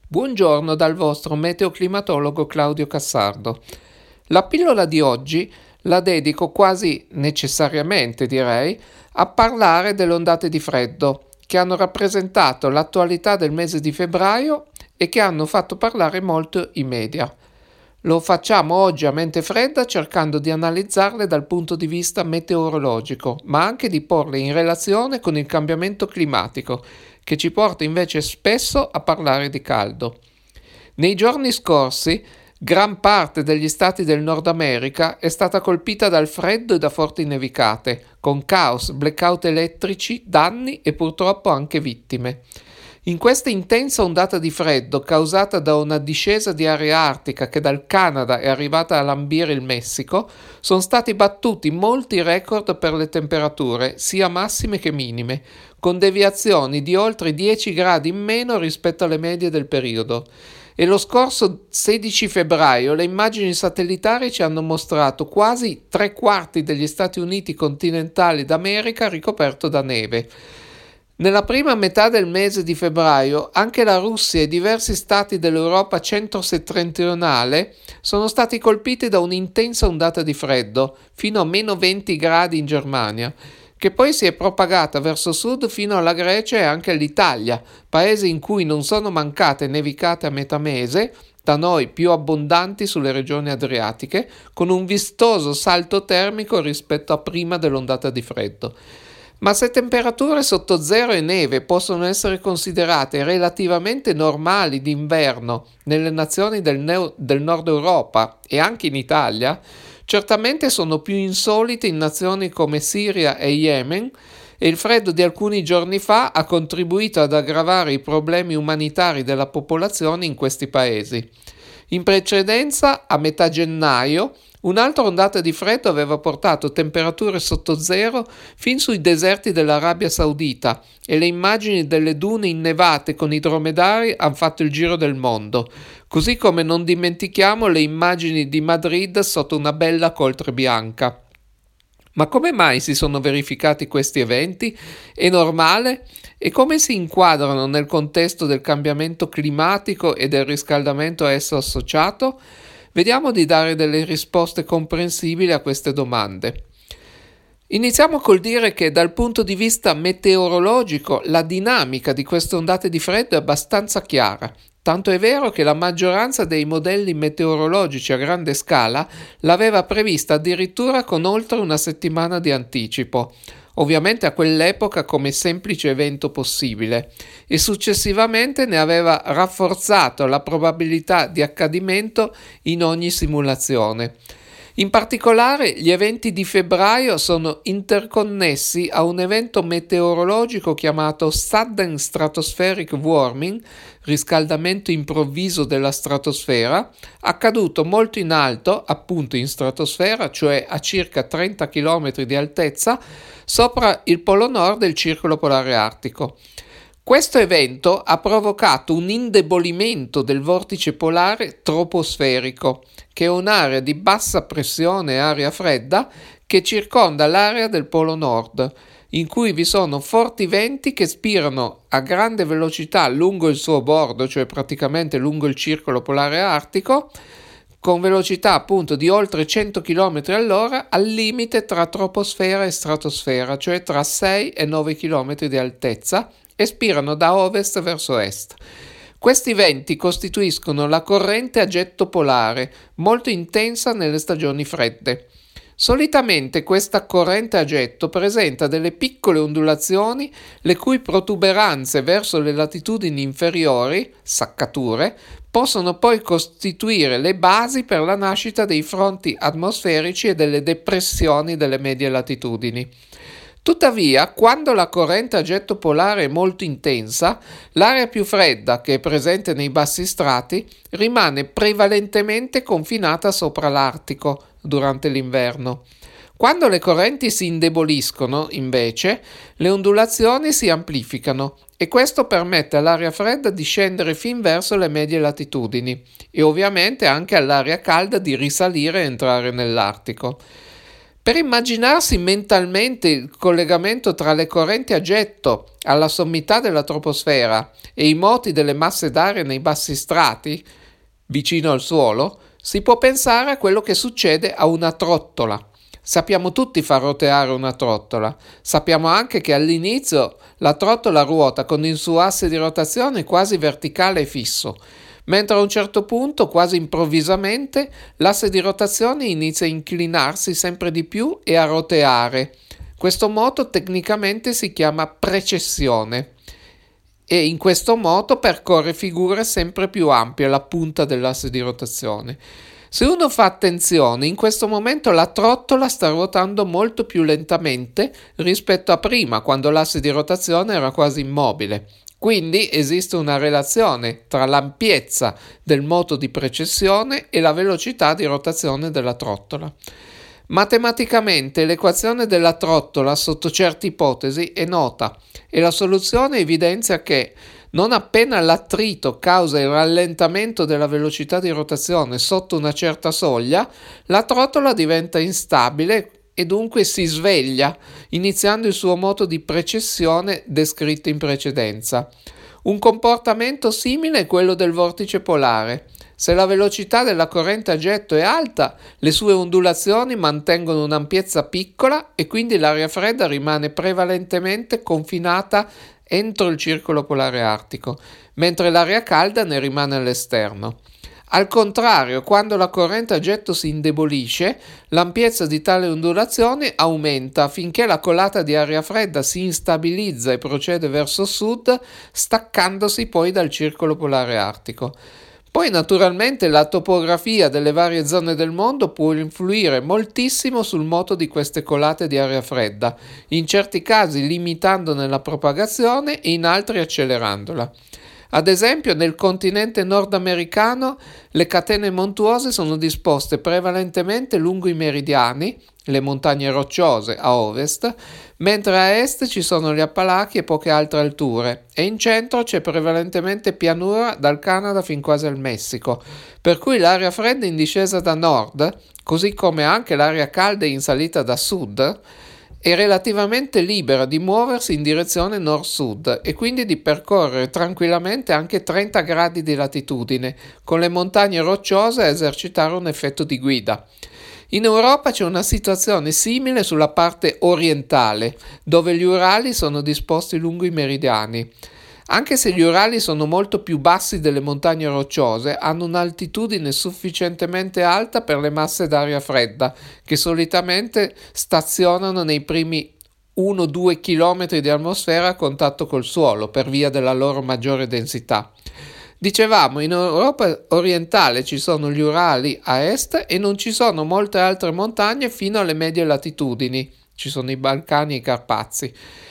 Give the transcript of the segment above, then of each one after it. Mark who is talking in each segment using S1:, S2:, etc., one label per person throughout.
S1: Buongiorno dal vostro meteoclimatologo Claudio Cassardo. La pillola di oggi la dedico quasi necessariamente, direi, a parlare delle ondate di freddo che hanno rappresentato l'attualità del mese di febbraio e che hanno fatto parlare molto i media. Lo facciamo oggi a mente fredda cercando di analizzarle dal punto di vista meteorologico, ma anche di porle in relazione con il cambiamento climatico, che ci porta invece spesso a parlare di caldo. Nei giorni scorsi, gran parte degli stati del Nord America è stata colpita dal freddo e da forti nevicate, con caos, blackout elettrici, danni e purtroppo anche vittime. In questa intensa ondata di freddo causata da una discesa di area artica che dal Canada è arrivata a lambire il Messico, sono stati battuti molti record per le temperature, sia massime che minime, con deviazioni di oltre 10 gradi in meno rispetto alle medie del periodo. E lo scorso 16 febbraio le immagini satellitari ci hanno mostrato quasi 3/4 degli Stati Uniti continentali d'America ricoperto da neve. Nella prima metà del mese di febbraio anche la Russia e diversi stati dell'Europa centro-settentrionale sono stati colpiti da un'intensa ondata di freddo, fino a meno 20 gradi in Germania, che poi si è propagata verso sud fino alla Grecia e anche all'Italia, paesi in cui non sono mancate nevicate a metà mese, da noi più abbondanti sulle regioni adriatiche, con un vistoso salto termico rispetto a prima dell'ondata di freddo. Ma se temperature sotto zero e neve possono essere considerate relativamente normali d'inverno nelle nazioni del Nord Europa e anche in Italia, certamente sono più insolite in nazioni come Siria e Yemen, e il freddo di alcuni giorni fa ha contribuito ad aggravare i problemi umanitari della popolazione in questi paesi. In precedenza, a metà gennaio, un'altra ondata di freddo aveva portato temperature sotto zero fin sui deserti dell'Arabia Saudita e le immagini delle dune innevate con i dromedari hanno fatto il giro del mondo, così come non dimentichiamo le immagini di Madrid sotto una bella coltre bianca. Ma come mai si sono verificati questi eventi? È normale? E come si inquadrano nel contesto del cambiamento climatico e del riscaldamento a esso associato? Vediamo di dare delle risposte comprensibili a queste domande. Iniziamo col dire che dal punto di vista meteorologico la dinamica di queste ondate di freddo è abbastanza chiara. Tanto è vero che la maggioranza dei modelli meteorologici a grande scala l'aveva prevista addirittura con oltre una settimana di anticipo, ovviamente a quell'epoca come semplice evento possibile, e successivamente ne aveva rafforzato la probabilità di accadimento in ogni simulazione. In particolare, gli eventi di febbraio sono interconnessi a un evento meteorologico chiamato Sudden Stratospheric Warming, riscaldamento improvviso della stratosfera, accaduto molto in alto, appunto in stratosfera, cioè a circa 30 km di altezza, sopra il polo nord del circolo polare artico. Questo evento ha provocato un indebolimento del vortice polare troposferico, che è un'area di bassa pressione e aria fredda che circonda l'area del polo nord, in cui vi sono forti venti che spirano a grande velocità lungo il suo bordo, cioè praticamente lungo il circolo polare artico, con velocità appunto di oltre 100 km all'ora al limite tra troposfera e stratosfera, cioè tra 6 e 9 km di altezza, e spirano da ovest verso est. Questi venti costituiscono la corrente a getto polare, molto intensa nelle stagioni fredde. Solitamente questa corrente a getto presenta delle piccole ondulazioni, le cui protuberanze verso le latitudini inferiori, saccature, possono poi costituire le basi per la nascita dei fronti atmosferici e delle depressioni delle medie latitudini. Tuttavia, quando la corrente a getto polare è molto intensa, l'area più fredda, che è presente nei bassi strati, rimane prevalentemente confinata sopra l'Artico durante l'inverno. Quando le correnti si indeboliscono, invece, le ondulazioni si amplificano e questo permette all'aria fredda di scendere fin verso le medie latitudini e ovviamente anche all'aria calda di risalire e entrare nell'Artico. Per immaginarsi mentalmente il collegamento tra le correnti a getto alla sommità della troposfera e i moti delle masse d'aria nei bassi strati, vicino al suolo, si può pensare a quello che succede a una trottola. Sappiamo tutti far roteare una trottola. Sappiamo anche che all'inizio la trottola ruota con il suo asse di rotazione quasi verticale e fisso, mentre a un certo punto, quasi improvvisamente, l'asse di rotazione inizia a inclinarsi sempre di più e a roteare. Questo moto tecnicamente si chiama precessione e in questo modo percorre figure sempre più ampie alla punta dell'asse di rotazione. Se uno fa attenzione, in questo momento la trottola sta ruotando molto più lentamente rispetto a prima, quando l'asse di rotazione era quasi immobile. Quindi esiste una relazione tra l'ampiezza del moto di precessione e la velocità di rotazione della trottola. Matematicamente l'equazione della trottola sotto certe ipotesi è nota e la soluzione evidenzia che non appena l'attrito causa il rallentamento della velocità di rotazione sotto una certa soglia, la trottola diventa instabile e dunque si sveglia, iniziando il suo moto di precessione descritto in precedenza. Un comportamento simile è quello del vortice polare. Se la velocità della corrente a getto è alta, le sue ondulazioni mantengono un'ampiezza piccola e quindi l'aria fredda rimane prevalentemente confinata entro il circolo polare artico, mentre l'aria calda ne rimane all'esterno. Al contrario, quando la corrente a getto si indebolisce, l'ampiezza di tale ondulazione aumenta finché la colata di aria fredda si instabilizza e procede verso sud, staccandosi poi dal circolo polare artico. Poi naturalmente la topografia delle varie zone del mondo può influire moltissimo sul moto di queste colate di aria fredda, in certi casi limitandone la propagazione e in altri accelerandola. Ad esempio, nel continente nordamericano le catene montuose sono disposte prevalentemente lungo i meridiani, le montagne rocciose a ovest, mentre a est ci sono gli Appalachi e poche altre alture, e in centro c'è prevalentemente pianura dal Canada fin quasi al Messico, per cui l'aria fredda in discesa da nord, così come anche l'aria calda in salita da sud, è relativamente libera di muoversi in direzione nord-sud e quindi di percorrere tranquillamente anche 30 gradi di latitudine, con le montagne rocciose a esercitare un effetto di guida. In Europa c'è una situazione simile sulla parte orientale, dove gli Urali sono disposti lungo i meridiani. Anche se gli Urali sono molto più bassi delle montagne rocciose, hanno un'altitudine sufficientemente alta per le masse d'aria fredda, che solitamente stazionano nei primi 1-2 km di atmosfera a contatto col suolo, per via della loro maggiore densità. Dicevamo, in Europa orientale ci sono gli Urali a est e non ci sono molte altre montagne fino alle medie latitudini, ci sono i Balcani e i Carpazi.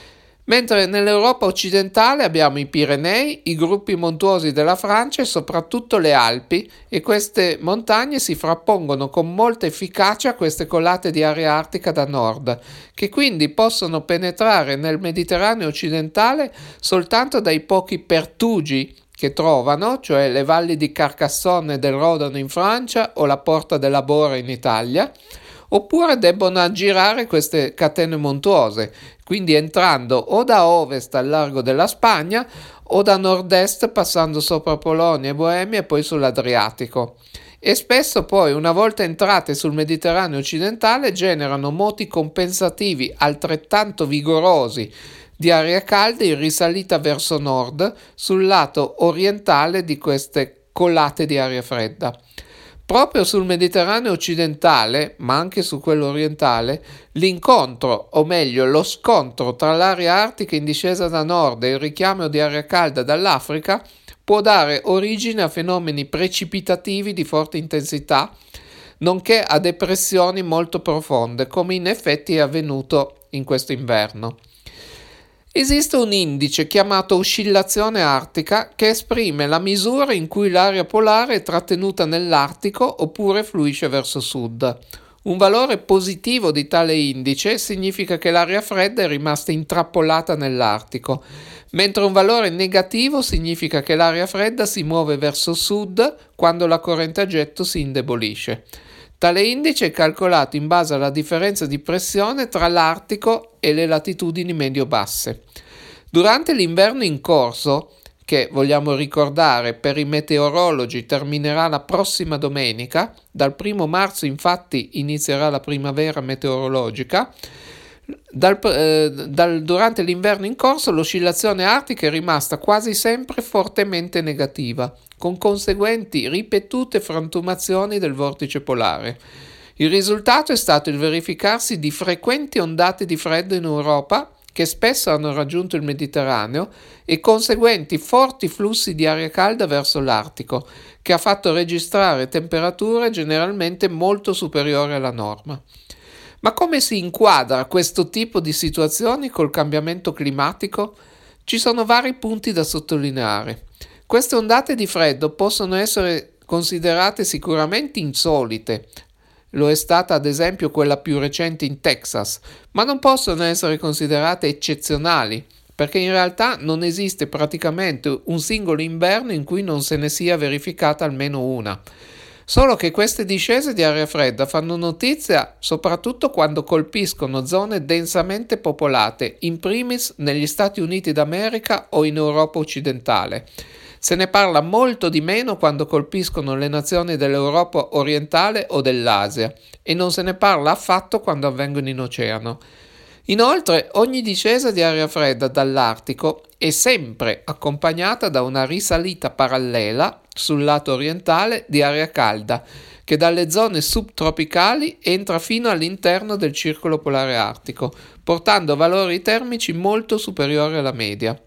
S1: Mentre nell'Europa occidentale abbiamo i Pirenei, i gruppi montuosi della Francia e soprattutto le Alpi, e queste montagne si frappongono con molta efficacia a queste colate di aria artica da nord, che quindi possono penetrare nel Mediterraneo occidentale soltanto dai pochi pertugi che trovano, cioè le valli di Carcassonne e del Rodano in Francia o la Porta della Bora in Italia, oppure debbono aggirare queste catene montuose, quindi entrando o da ovest al largo della Spagna o da nord-est passando sopra Polonia e Boemia e poi sull'Adriatico. E spesso poi, una volta entrate sul Mediterraneo occidentale, generano moti compensativi altrettanto vigorosi di aria calda in risalita verso nord sul lato orientale di queste colate di aria fredda. Proprio sul Mediterraneo occidentale, ma anche su quello orientale, l'incontro, o meglio lo scontro tra l'aria artica in discesa da nord e il richiamo di aria calda dall'Africa può dare origine a fenomeni precipitativi di forte intensità, nonché a depressioni molto profonde, come in effetti è avvenuto in questo inverno. Esiste un indice chiamato oscillazione artica che esprime la misura in cui l'aria polare è trattenuta nell'Artico oppure fluisce verso sud. Un valore positivo di tale indice significa che l'aria fredda è rimasta intrappolata nell'Artico, mentre un valore negativo significa che l'aria fredda si muove verso sud quando la corrente a getto si indebolisce. Tale indice è calcolato in base alla differenza di pressione tra l'Artico e le latitudini medio-basse. Durante l'inverno in corso, che vogliamo ricordare per i meteorologi terminerà la prossima domenica, dal 1 marzo infatti inizierà la primavera meteorologica, durante l'inverno in corso l'oscillazione artica è rimasta quasi sempre fortemente negativa, con conseguenti ripetute frantumazioni del vortice polare. Il risultato è stato il verificarsi di frequenti ondate di freddo in Europa, che spesso hanno raggiunto il Mediterraneo, e conseguenti forti flussi di aria calda verso l'Artico, che ha fatto registrare temperature generalmente molto superiori alla norma. Ma come si inquadra questo tipo di situazioni col cambiamento climatico? Ci sono vari punti da sottolineare. Queste ondate di freddo possono essere considerate sicuramente insolite. Lo è stata ad esempio quella più recente in Texas, ma non possono essere considerate eccezionali, perché in realtà non esiste praticamente un singolo inverno in cui non se ne sia verificata almeno una. Solo che queste discese di aria fredda fanno notizia soprattutto quando colpiscono zone densamente popolate, in primis negli Stati Uniti d'America o in Europa occidentale. Se ne parla molto di meno quando colpiscono le nazioni dell'Europa orientale o dell'Asia, e non se ne parla affatto quando avvengono in oceano. Inoltre, ogni discesa di aria fredda dall'Artico è sempre accompagnata da una risalita parallela sul lato orientale di aria calda, che dalle zone subtropicali entra fino all'interno del circolo polare artico, portando valori termici molto superiori alla media.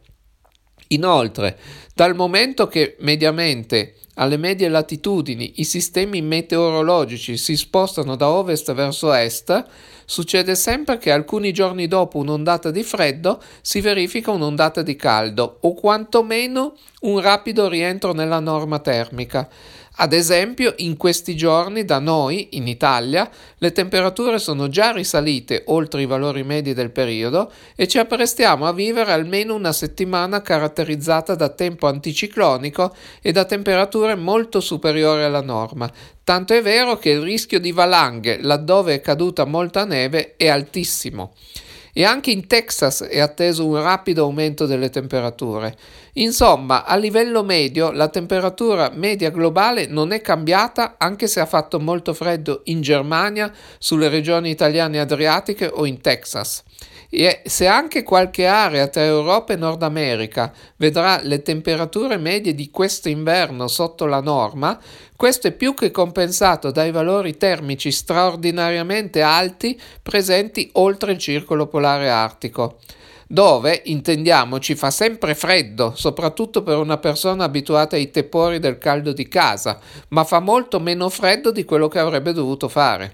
S1: Inoltre, dal momento che mediamente alle medie latitudini i sistemi meteorologici si spostano da ovest verso est, succede sempre che alcuni giorni dopo un'ondata di freddo si verifica un'ondata di caldo o quantomeno un rapido rientro nella norma termica. Ad esempio, in questi giorni da noi, in Italia, le temperature sono già risalite oltre i valori medi del periodo e ci apprestiamo a vivere almeno una settimana caratterizzata da tempo anticiclonico e da temperature molto superiori alla norma. Tanto è vero che il rischio di valanghe, laddove è caduta molta neve, è altissimo. E anche in Texas è atteso un rapido aumento delle temperature. Insomma, a livello medio, la temperatura media globale non è cambiata anche se ha fatto molto freddo in Germania, sulle regioni italiane adriatiche o in Texas. E se anche qualche area tra Europa e Nord America vedrà le temperature medie di questo inverno sotto la norma, questo è più che compensato dai valori termici straordinariamente alti presenti oltre il circolo polare artico, dove, intendiamoci, fa sempre freddo, soprattutto per una persona abituata ai tepori del caldo di casa, ma fa molto meno freddo di quello che avrebbe dovuto fare.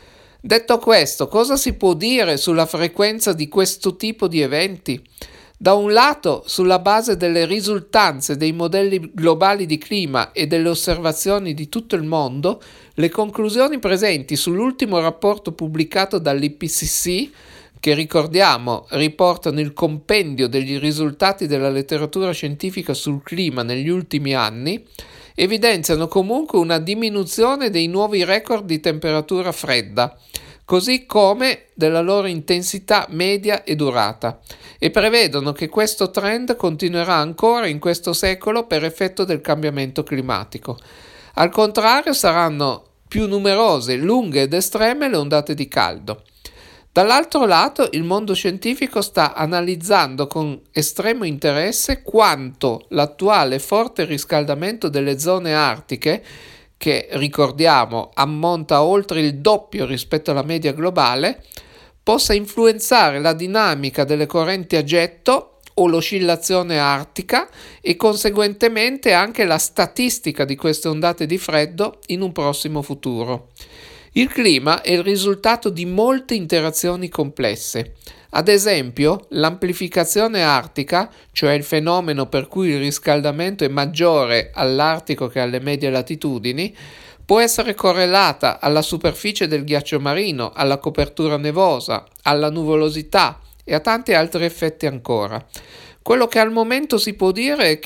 S1: Detto questo, cosa si può dire sulla frequenza di questo tipo di eventi? Da un lato, sulla base delle risultanze dei modelli globali di clima e delle osservazioni di tutto il mondo, le conclusioni presenti sull'ultimo rapporto pubblicato dall'IPCC, che ricordiamo riportano il compendio degli risultati della letteratura scientifica sul clima negli ultimi anni, evidenziano comunque una diminuzione dei nuovi record di temperatura fredda, così come della loro intensità media e durata, e prevedono che questo trend continuerà ancora in questo secolo per effetto del cambiamento climatico. Al contrario, saranno più numerose, lunghe ed estreme le ondate di caldo. Dall'altro lato, il mondo scientifico sta analizzando con estremo interesse quanto l'attuale forte riscaldamento delle zone artiche, che ricordiamo ammonta a oltre il doppio rispetto alla media globale, possa influenzare la dinamica delle correnti a getto o l'oscillazione artica e conseguentemente anche la statistica di queste ondate di freddo in un prossimo futuro. Il clima è il risultato di molte interazioni complesse. Ad esempio, l'amplificazione artica, cioè il fenomeno per cui il riscaldamento è maggiore all'Artico che alle medie latitudini, può essere correlata alla superficie del ghiaccio marino, alla copertura nevosa, alla nuvolosità e a tanti altri effetti ancora. Quello che al momento si può dire è che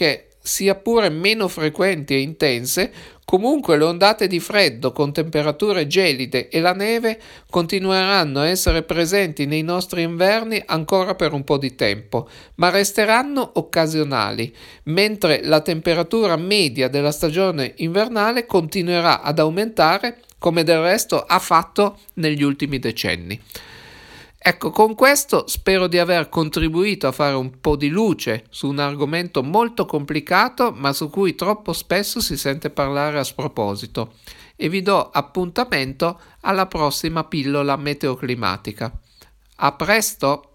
S1: sia pure meno frequenti e intense, comunque le ondate di freddo con temperature gelide e la neve continueranno a essere presenti nei nostri inverni ancora per un po' di tempo, ma resteranno occasionali, mentre la temperatura media della stagione invernale continuerà ad aumentare, come del resto ha fatto negli ultimi decenni. Ecco, con questo spero di aver contribuito a fare un po' di luce su un argomento molto complicato, ma su cui troppo spesso si sente parlare a sproposito, e vi do appuntamento alla prossima pillola meteoclimatica. A presto!